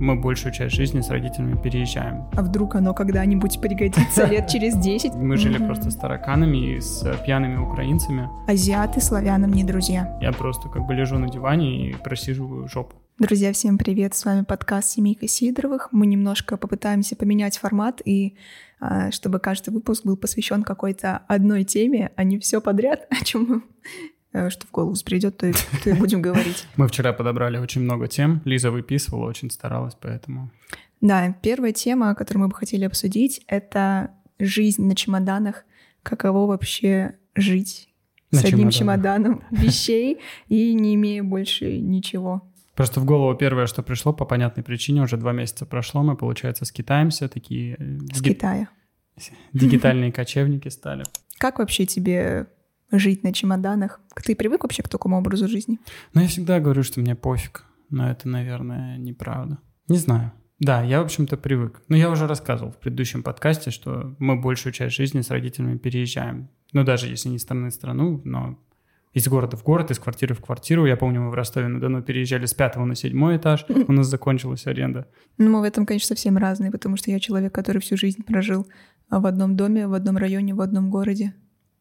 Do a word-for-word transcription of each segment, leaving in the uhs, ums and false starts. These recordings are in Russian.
мы большую часть жизни с родителями переезжаем. А вдруг оно когда-нибудь пригодится лет через десять? Мы жили просто с тараканами и с пьяными украинцами. Азиаты славянам не друзья. Я просто как бы лежу на диване и просиживаю жопу. Друзья, всем привет! С вами подкаст «Семейка Сидоровых». Мы немножко попытаемся поменять формат, и а, чтобы каждый выпуск был посвящен какой-то одной теме, а не все подряд, о чем мы, что в голову придет, то и, то и будем говорить. Мы вчера подобрали очень много тем. Лиза выписывала, очень старалась, поэтому... Да, первая тема, которую мы бы хотели обсудить, это жизнь на чемоданах. Каково вообще жить на с одним чемоданах. чемоданом вещей и не имея больше ничего. Просто в голову первое, что пришло, по понятной причине, уже два месяца прошло, мы, получается, скитаемся, такие... С ди... Китая. Дигитальные кочевники стали. Как вообще тебе жить на чемоданах? Ты привык вообще к такому образу жизни? Ну, я всегда говорю, что мне пофиг, но это, наверное, неправда. Не знаю. Да, я, в общем-то, привык. Но я уже рассказывал в предыдущем подкасте, что мы большую часть жизни с родителями переезжаем. Ну, даже если не из страны в страну, но... из города в город, из квартиры в квартиру. Я помню, мы в Ростове-на-Дону переезжали с пятого на седьмой этаж. У нас закончилась аренда. Ну, мы в этом, конечно, совсем разные, потому что я человек, который всю жизнь прожил в одном доме, в одном районе, в одном городе.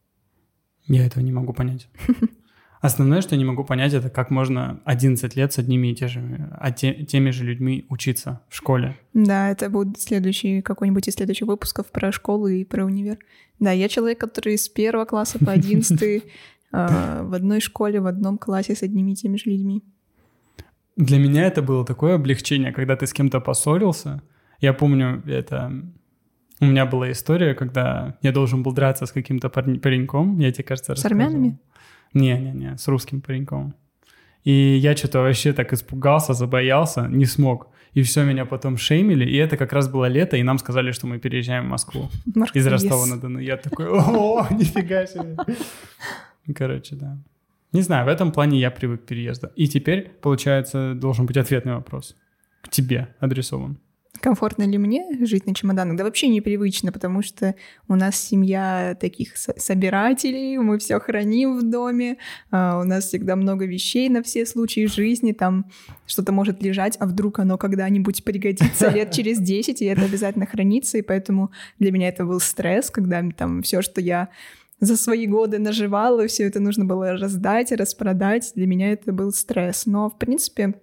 Я этого не могу понять. Основное, что я не могу понять, это как можно одиннадцать лет с одними и те же, а те, теми же людьми учиться в школе. Да, это будет следующий, какой-нибудь из следующих выпусков про школу и про универ. Да, я человек, который с первого класса по одиннадцатый в одной школе, в одном классе с одними и теми же людьми. Для меня это было такое облегчение, когда ты с кем-то поссорился. Я помню, это... у меня была история, когда я должен был драться с каким-то парень... пареньком. Я тебе, кажется, рассказывал. С армянами? Не-не-не, с русским пареньком. И я что-то вообще так испугался, забоялся, не смог. И все, меня потом шеймили. И это как раз было лето, и нам сказали, что мы переезжаем в Москву. Марк, из yes. Ростова-на-Дону. Я такой, о, нифига себе. Короче, да. Не знаю, в этом плане я привык к переезду. И теперь, получается, должен быть ответный вопрос. К тебе адресован. Комфортно ли мне жить на чемоданах? Да вообще непривычно, потому что у нас семья таких собирателей, мы все храним в доме, а у нас всегда много вещей на все случаи жизни, там что-то может лежать, а вдруг оно когда-нибудь пригодится лет через десять, и это обязательно хранится, и поэтому для меня это был стресс, когда там все, что я за свои годы наживала, все это нужно было раздать, распродать, для меня это был стресс. Но, в принципе,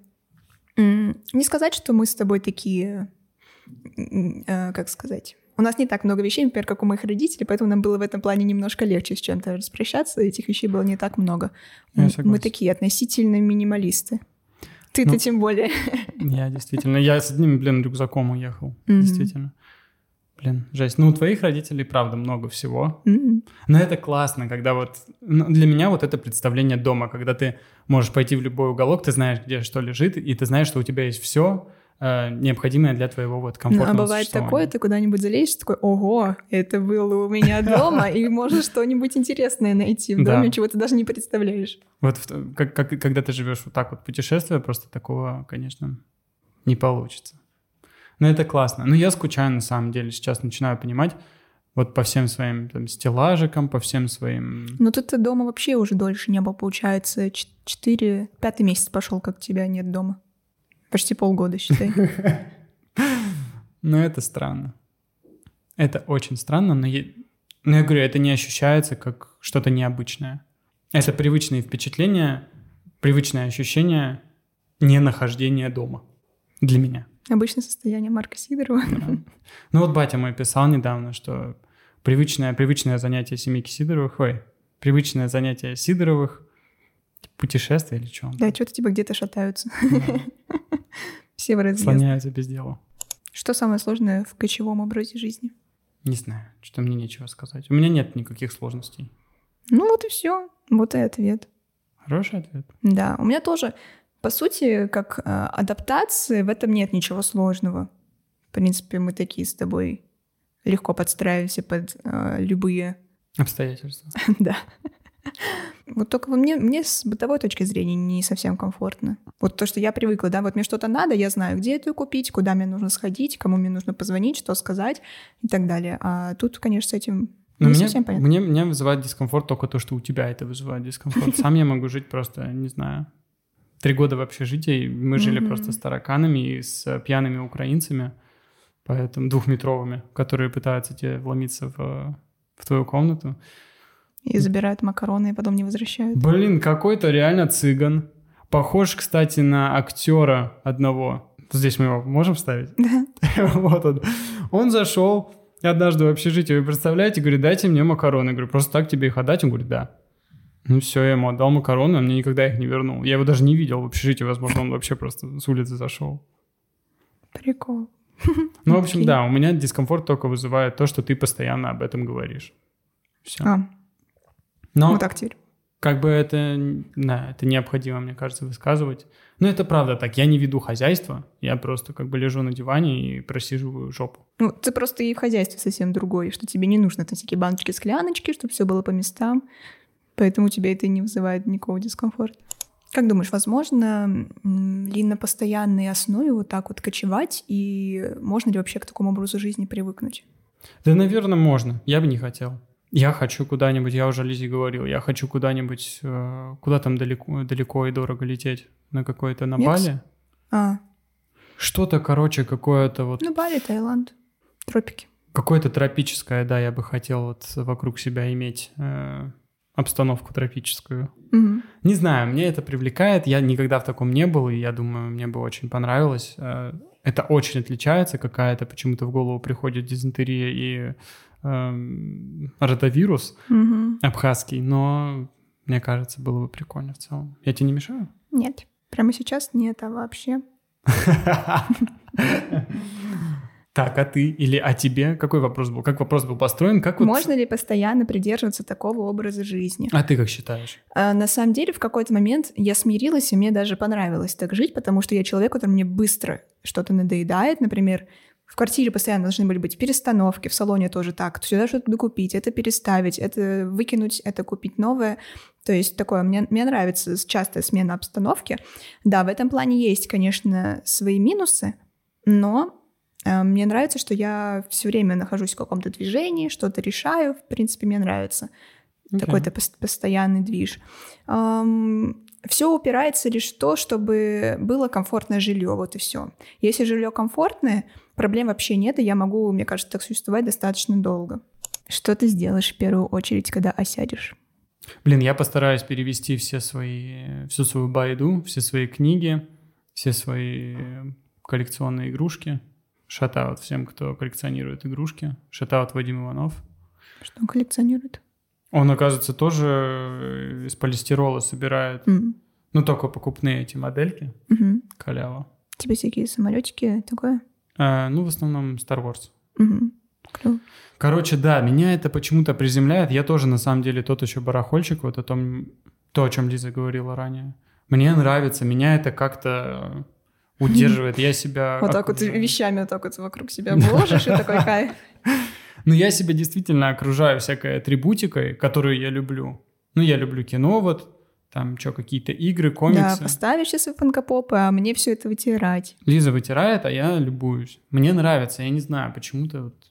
не сказать, что мы с тобой такие... как сказать, у нас не так много вещей, например, как у моих родителей, поэтому нам было в этом плане немножко легче с чем-то распрощаться, этих вещей было не так много. Я мы согласен. Такие относительно минималисты. Ты-то ну, тем более. Я действительно, я с одним, блин, рюкзаком уехал, mm-hmm. действительно. Блин, жесть. Ну, у твоих родителей, правда, много всего. Mm-hmm. Но это классно, когда вот... Для меня вот это представление дома, когда ты можешь пойти в любой уголок, ты знаешь, где что лежит, и ты знаешь, что у тебя есть все необходимое для твоего вот комфортного ну, а бывает такое, ты куда-нибудь залезешь, такой, ого, это было у меня дома, и можно что-нибудь интересное найти в доме, чего ты даже не представляешь. Вот как, как, когда ты живешь вот так вот путешествуя, просто такого, конечно, не получится. Но это классно. Но я скучаю на самом деле, сейчас начинаю понимать, вот по всем своим там, стеллажикам, по всем своим... Ну тут ты дома вообще уже дольше не было, получается, четыре, пятый месяц пошел, как тебя нет дома. Почти полгода, считай. Ну, это странно. Это очень странно, но я, но я говорю, это не ощущается как что-то необычное. Это привычные впечатления, привычное ощущение ненахождения дома для меня. Обычное состояние Марка Сидорова. Да. Ну вот батя мой писал недавно, что привычное, привычное занятие семейки Сидоровых, ой, привычное занятие Сидоровых, путешествие или что? Да, что-то типа где-то шатаются. Да. Все в разъезд. Слоняются без дела. Что самое сложное в кочевом образе жизни? Не знаю, что мне нечего сказать. У меня нет никаких сложностей. Ну вот и все. Вот и ответ. Хороший ответ. Да, у меня тоже, по сути, как э, адаптации, в этом нет ничего сложного. В принципе, мы такие с тобой легко подстраиваемся под э, любые... Обстоятельства. Да. Вот только мне, мне с бытовой точки зрения не совсем комфортно. Вот то, что я привыкла, да, вот мне что-то надо, я знаю, где это купить, куда мне нужно сходить, кому мне нужно позвонить, что сказать и так далее. А тут, конечно, с этим Но не мне, совсем понятно. Мне, мне вызывает дискомфорт только то, что у тебя это вызывает дискомфорт. Сам я могу жить просто, не знаю, Три года в общежитии, мы жили Мгм. просто с тараканами и с пьяными украинцами, поэтому двухметровыми, которые пытаются тебе вломиться в, в твою комнату. И забирают макароны, и потом не возвращают. Блин, какой-то реально цыган. Похож, кстати, на актера одного. Здесь мы его можем вставить? Да. Вот он. Он зашел однажды в общежитие, вы представляете, говорит, дайте мне макароны. Я говорю, просто так тебе их отдать? Он говорит, да. Ну все, я ему отдал макароны, он мне никогда их не вернул. Я его даже не видел в общежитии, возможно, он вообще просто с улицы зашел. Прикол. Ну, в общем, Окей. да, у меня дискомфорт только вызывает то, что ты постоянно об этом говоришь. Все. А, Но вот так теперь. как бы это, да, это необходимо, мне кажется, высказывать. Но это правда так. Я не веду хозяйство, я просто как бы лежу на диване и просиживаю жопу. Ну, ты просто и в хозяйстве совсем другое, что тебе не нужно там всякие баночки, скляночки, чтобы все было по местам. Поэтому тебе это не вызывает никакого дискомфорта. Как думаешь, возможно м, ли на постоянной основе вот так вот кочевать, и можно ли вообще к такому образу жизни привыкнуть? Да, наверное, можно. Я бы не хотел. Я хочу куда-нибудь, я уже Лизе говорил, я хочу куда-нибудь, э, куда там далеко, далеко и дорого лететь, на какой-то, на Мекс? Бали. А, Что-то, короче, какое-то вот, ну Бали, Таиланд, тропики. какое-то тропическое, да, я бы хотел вот вокруг себя иметь э, обстановку тропическую. Мгм. Не знаю, мне это привлекает, я никогда в таком не был, и я думаю, мне бы очень понравилось. Э, Это очень отличается, какая-то почему-то в голову приходит дизентерия и эм, ротавирус Мгм. абхазский, но мне кажется, было бы прикольно в целом. Я тебе не мешаю? Нет, прямо сейчас нет, а вообще. Так, а ты или о тебе? Какой вопрос был? Как вопрос был построен? Как вот... Можно ли постоянно придерживаться такого образа жизни? А ты как считаешь? А, на самом деле, в какой-то момент я смирилась, и мне даже понравилось так жить, потому что я человек, который мне быстро что-то надоедает. Например, в квартире постоянно должны были быть перестановки, в салоне тоже так. Сюда что-то докупить, это переставить, это выкинуть, это купить новое. То есть такое, мне, мне нравится частая смена обстановки. Да, в этом плане есть, конечно, свои минусы, но э, мне нравится, что я все время нахожусь в каком-то движении, что-то решаю, в принципе, мне нравится. Окей. Такой-то пос- постоянный движ. Все упирается лишь в то, чтобы было комфортное жилье, вот и все. Если жилье комфортное, проблем вообще нет, и я могу, мне кажется, так существовать достаточно долго. Что ты сделаешь в первую очередь, когда осядешь? Блин, я постараюсь перевести все свои, всю свою байду, все свои книги, все свои коллекционные игрушки. Шатаут всем, кто коллекционирует игрушки. Шатаут Вадим Иванов. Что он коллекционирует? Он, оказывается, тоже из полистирола собирает, М. ну, только покупные эти модельки. Мгм. Халява. Тебе всякие самолетики, такое? А, ну, в основном Star Wars. Мгм. Клево. Короче, да, меня это почему-то приземляет. Я тоже, на самом деле, тот еще барахольщик, вот о том, то, о чем Лиза говорила ранее. Мне нравится, меня это как-то удерживает. Я себя... Вот так вот окружаю. вещами вот так вот вокруг себя бложишь, и такой кайф. Ну, я себя действительно окружаю всякой атрибутикой, которую я люблю. Ну, я люблю кино вот, там что, какие-то игры, Да, комиксы. поставишь сейчас фанкопопы, а мне все это вытирать. Лиза вытирает, а я любуюсь. Мне нравится, я не знаю, почему-то вот...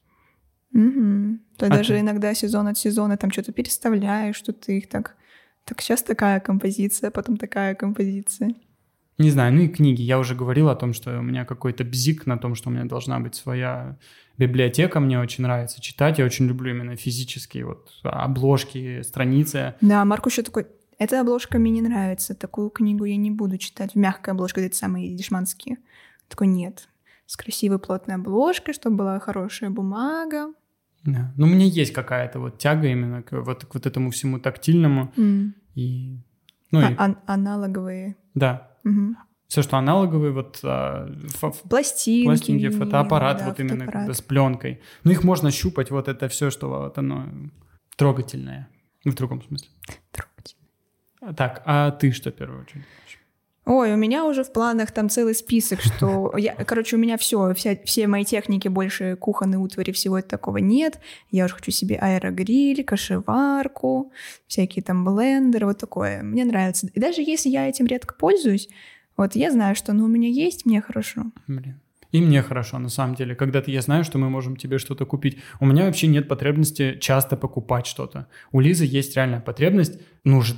Угу. То А даже ты? иногда сезон от сезона там что-то переставляешь, что ты их так... Так сейчас такая композиция, потом такая композиция. Не знаю, ну и книги. Я уже говорил о том, что у меня какой-то бзик на том, что у меня должна быть своя библиотека. Мне очень нравится читать. Я очень люблю именно физические вот обложки, страницы. Да, Марк еще такой... Эта обложка мне не нравится, такую книгу я не буду читать. В мягкой обложке, эти самые дешманские. Такой, нет. С красивой плотной обложкой, чтобы была хорошая бумага. Да. Ну, у меня есть какая-то вот тяга именно к вот, к вот этому всему тактильному. М. И, ну, А- и, ан- аналоговые. да. Мгм. Все, что аналоговые, вот а, фо- Пластинки. пластинки, фотоаппарат, да, вот именно фотоаппарат. как бы с пленкой. Ну, их можно щупать, вот это все, что вот оно трогательное. В другом смысле. Трогательно. Так, а ты что в первую очередь? Ой, у меня уже в планах там целый список, что... Я, короче, у меня все, вся, все мои техники, больше кухонной утвари, всего такого нет. Я уже хочу себе аэрогриль, кашеварку, всякие там блендеры, вот такое. Мне нравится. И даже если я этим редко пользуюсь, вот я знаю, что ну, у меня есть, мне хорошо. Блин. И мне хорошо, на самом деле. Когда-то я знаю, что мы можем тебе что-то купить. У меня вообще нет потребности часто покупать что-то. У Лизы есть реальная потребность, нужда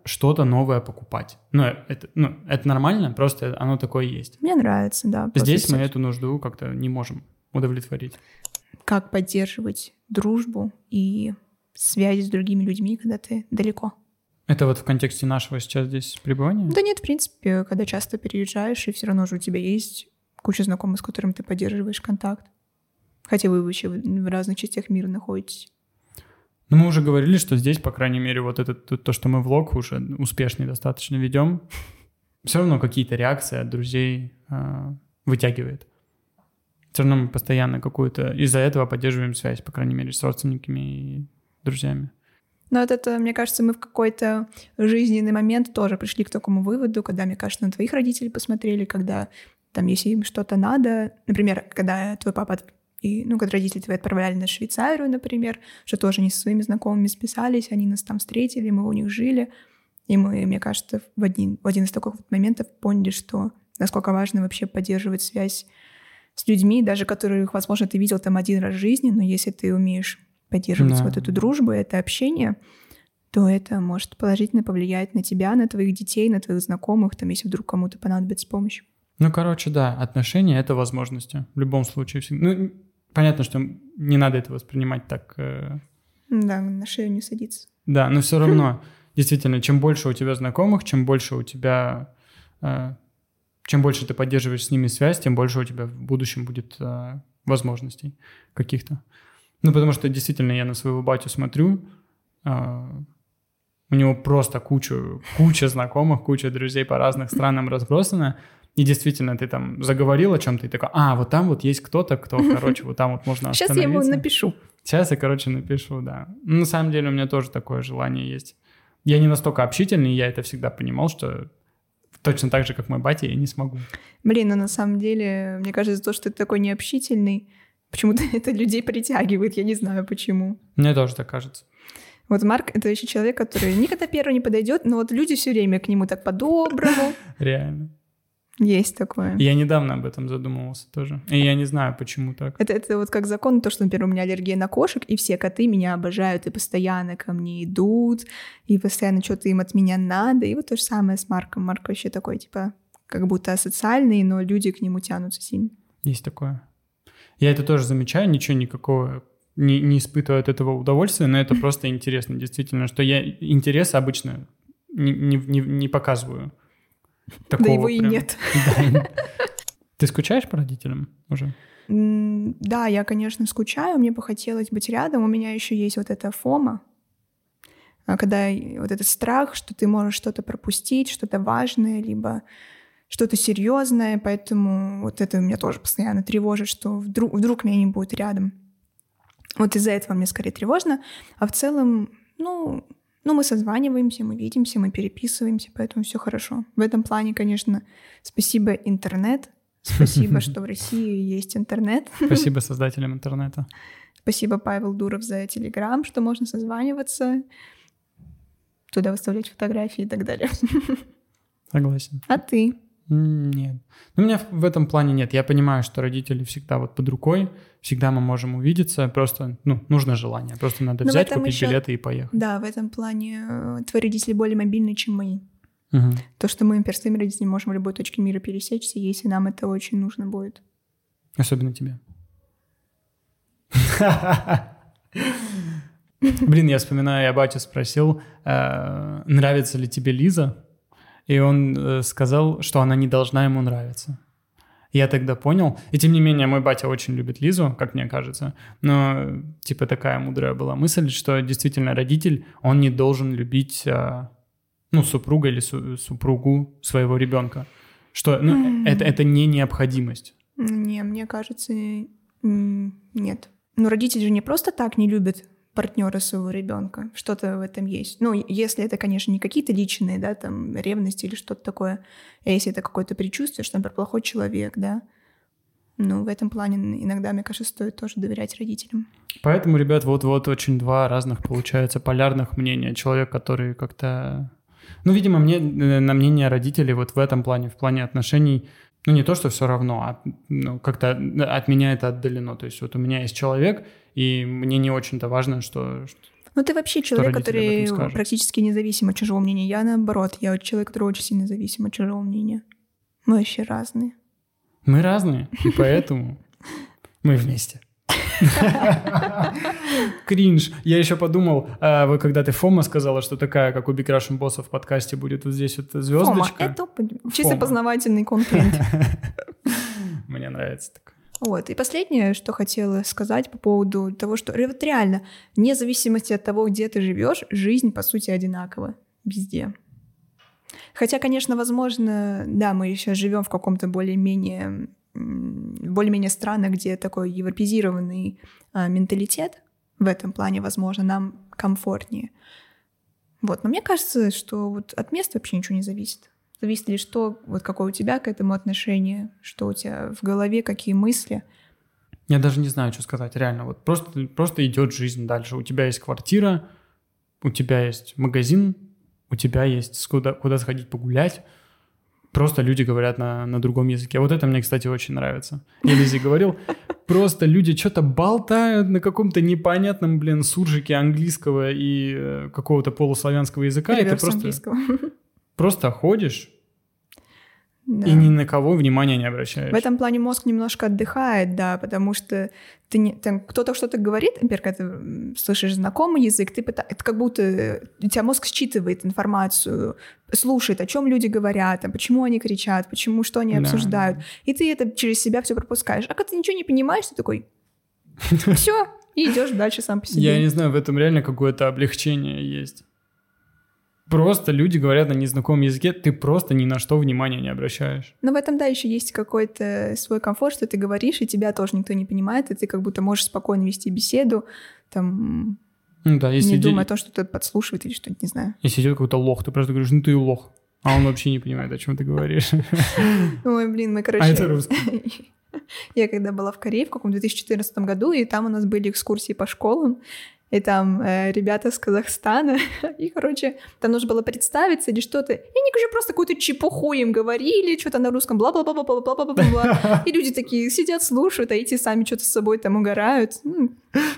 что-то новое покупать. Ну, это, ну, это нормально, просто оно такое есть. Мне нравится, да. Здесь мы эту нужду как-то не можем удовлетворить. Как поддерживать дружбу и связь с другими людьми, когда ты далеко? Это вот в контексте нашего сейчас здесь пребывания? Да нет, в принципе, когда часто переезжаешь, и все равно же у тебя есть куча знакомых, с которыми ты поддерживаешь контакт. Хотя вы вообще в разных частях мира находитесь. Ну, мы уже говорили, что здесь, по крайней мере, вот это то, что мы влог уже успешный достаточно ведем, все равно какие-то реакции от друзей э, вытягивает. Все равно мы постоянно какую-то... Из-за этого поддерживаем связь, по крайней мере, с родственниками и друзьями. Но вот это, мне кажется, мы в какой-то жизненный момент тоже пришли к такому выводу, когда, мне кажется, на твоих родителей посмотрели, когда там, если им что-то надо, например, когда твой папа... И, ну, когда родители твои отправляли на Швейцарию, например, что тоже они со своими знакомыми списались, они нас там встретили, мы у них жили. И мы, мне кажется, в один, в один из таких вот моментов поняли, что насколько важно вообще поддерживать связь с людьми, даже которых, возможно, ты видел там один раз в жизни, но если ты умеешь поддерживать да. вот эту дружбу, это общение, то это может положительно повлиять на тебя, на твоих детей, на твоих знакомых, там, если вдруг кому-то понадобится помощь. Ну, короче, да, отношения — это возможности. В любом случае. Ну, понятно, что не надо это воспринимать так... Э... Да, на шею не садиться. Да, но все равно, действительно, чем больше у тебя знакомых, чем больше у тебя... Э, чем больше ты поддерживаешь с ними связь, тем больше у тебя в будущем будет э, возможностей каких-то. Ну, потому что действительно я на своего батю смотрю, э, у него просто куча, куча знакомых, куча друзей по разным странам разбросана. И действительно, ты там заговорил о чем-то и такой, а, вот там вот есть кто-то, кто, короче, вот там вот можно остановиться. Сейчас я ему напишу. Сейчас я, короче, напишу, да. Ну, на самом деле у меня тоже такое желание есть. Я не настолько общительный, я это всегда понимал, что точно так же, как мой батя, я не смогу. Блин, ну на самом деле, мне кажется, то, что ты такой необщительный, почему-то это людей притягивает, я не знаю почему. Мне тоже так кажется. Вот Марк — это еще человек, который никогда первый не подойдет, но вот люди все время к нему так по-доброму. Реально. Есть такое. Я недавно об этом задумывался тоже. И я не знаю, почему так. Это, это вот как закон, то, что, например, у меня аллергия на кошек, и все коты меня обожают, и постоянно ко мне идут, и постоянно что-то им от меня надо. И вот то же самое с Марком. Марк вообще такой, типа, как будто асоциальный, но люди к нему тянутся сильно. Есть такое. Я это тоже замечаю, ничего никакого не, не испытываю от этого удовольствия, но это просто интересно, действительно, что я интерес обычно не, не, не, не показываю. Такого да его прям. И нет. Да. Ты скучаешь по родителям уже? Да, я, конечно, скучаю, мне бы хотелось быть рядом. У меня еще есть вот эта фома, когда вот этот страх, что ты можешь что-то пропустить, что-то важное, либо что-то серьезное, поэтому вот это меня тоже постоянно тревожит, что вдруг, вдруг меня не будет рядом. Вот из-за этого мне скорее тревожно, а в целом, ну... Ну, мы созваниваемся, мы видимся, мы переписываемся, поэтому все хорошо. В этом плане, конечно, спасибо интернет. Спасибо, что в России есть интернет. Спасибо создателям интернета. Спасибо, Павел Дуров, за Телеграм, что можно созваниваться, туда выставлять фотографии и так далее. Согласен. А ты? Нет. У меня в этом плане нет. Я понимаю, что родители всегда вот под рукой, всегда мы можем увидеться, просто, ну, нужно желание, просто надо Но взять, купить еще... билеты и поехать. Да, в этом плане твои родители более мобильны, чем мои. Угу. То, что мы, например, с твоими родителями можем в любой точке мира пересечься, если нам это очень нужно будет. Особенно тебе. Блин, я вспоминаю, я батю спросил, нравится ли тебе Лиза? И он э, сказал, что она не должна ему нравиться. Я тогда понял. И тем не менее, мой батя очень любит Лизу, как мне кажется. Но типа такая мудрая была мысль, что действительно родитель, он не должен любить э, ну, супруга или су- супругу своего ребенка. Что ну, mm. это, это не необходимость. Не, мне кажется, нет. Ну, родители же не просто так не любят партнера своего ребенка. Что-то в этом есть. Ну, если это, конечно, не какие-то личные, да, там, ревности или что-то такое, а если это какое-то предчувствие, что, например, плохой человек, да, ну, в этом плане иногда, мне кажется, стоит тоже доверять родителям. Поэтому, ребят, вот-вот очень два разных, получается, полярных мнения. Человек, который как-то... Ну, видимо, мне на мнение родителей вот в этом плане, в плане отношений, ну, не то, что все равно, а ну, как-то от меня это отдалено. То есть вот у меня есть человек, и мне не очень-то важно, что... Ну, ты вообще человек, который практически независим от чужого мнения. Я наоборот, я человек, который очень сильно зависим от чужого мнения. Мы вообще разные. Мы разные, и поэтому мы вместе. Кринж. Я еще подумал, вы когда ты Фома сказала, что такая, как у Big Russian Boss в подкасте будет вот здесь вот звездочка. Фома, это чисто познавательный контент. Мне нравится так. Вот. И последнее, что хотела сказать по поводу того, что вот реально, вне зависимости от того, где ты живешь, жизнь, по сути, одинакова везде. Хотя, конечно, возможно, да, мы сейчас живем в каком-то более-менее, более-менее странах, где такой европеизированный а, менталитет. В этом плане, возможно, нам комфортнее. Вот. Но мне кажется, что вот от места вообще ничего не зависит. Зависит лишь то, вот какое у тебя к этому отношение, что у тебя в голове, какие мысли. Я даже не знаю, что сказать, реально. Вот просто, просто идет жизнь дальше. У тебя есть квартира, у тебя есть магазин, у тебя есть куда, куда сходить погулять. Просто люди говорят на, на другом языке. Вот это мне, кстати, очень нравится. Я Лизе говорил, просто люди что-то болтают на каком-то непонятном, блин, суржике английского и э, какого-то полуславянского языка. Реверс и ты просто, английского. Просто ходишь да. и ни на кого внимания не обращаешь. В этом плане мозг немножко отдыхает, да, потому что ты не, там, кто-то что-то говорит, например, когда ты слышишь знакомый язык, ты пыта... это как будто у тебя мозг считывает информацию, слушает, о чем люди говорят, там, почему они кричат, почему, что они да. обсуждают, и ты это через себя все пропускаешь. А когда ты ничего не понимаешь, ты такой, все, и идешь дальше сам по себе. Я не знаю, в этом реально какое-то облегчение есть. Просто люди говорят на незнакомом языке, ты просто ни на что внимания не обращаешь. Но в этом, да, еще есть какой-то свой комфорт, что ты говоришь, и тебя тоже никто не понимает, и ты как будто можешь спокойно вести беседу, там, ну, да, если не иди... думая о том, что кто-то подслушивает или что-то, не знаю. Если идет какой-то лох, ты просто говоришь, ну ты лох, а он вообще не понимает, о чем ты говоришь. Ой, блин, мы, короче... А это русский. Я когда была в Корее в каком-то две тысячи четырнадцатом году, и там у нас были экскурсии по школам, и там э, ребята с Казахстана, и, короче, там нужно было представиться или что-то, и они уже просто какую-то чепуху им говорили, что-то на русском, бла-бла-бла-бла-бла-бла-бла-бла, и люди такие сидят, слушают, а эти сами что-то с собой там угорают. Ну,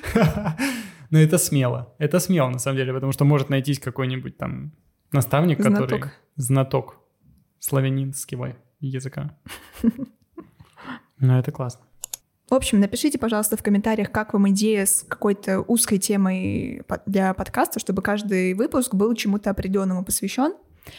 это смело, это смело, на самом деле, потому что может найтись какой-нибудь там наставник, знаток. который знаток славянинского языка. Ну, это классно. В общем, напишите, пожалуйста, в комментариях, как вам идея с какой-то узкой темой для подкаста, чтобы каждый выпуск был чему-то определенному посвящен.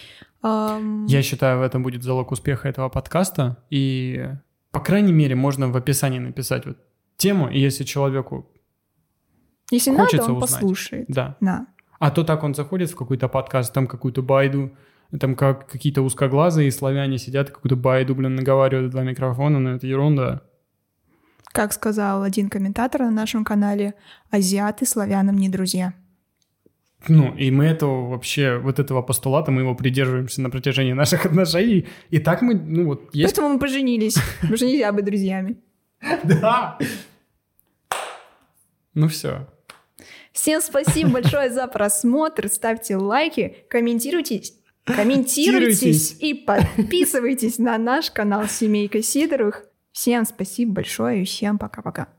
Я считаю, в этом будет залог успеха этого подкаста. И, по крайней мере, можно в описании написать вот тему, и если человеку если хочется надо, он узнать, послушает. Да. Да. А то так он заходит в какой-то подкаст, там какую-то байду, там как какие-то узкоглазые славяне сидят, какую-то байду, блин, наговаривают в два микрофона, но это ерунда. Как сказал один комментатор на нашем канале, азиаты славянам не друзья. Ну, и мы этого вообще, вот этого постулата, мы его придерживаемся на протяжении наших отношений. И так мы, ну вот, есть... Поэтому мы поженились, потому что нельзя быть друзьями. Да! Ну все. Всем спасибо большое за просмотр, ставьте лайки, комментируйтесь, комментируйтесь и подписывайтесь на наш канал «Семейка Сидоровых». Всем спасибо большое и всем пока-пока.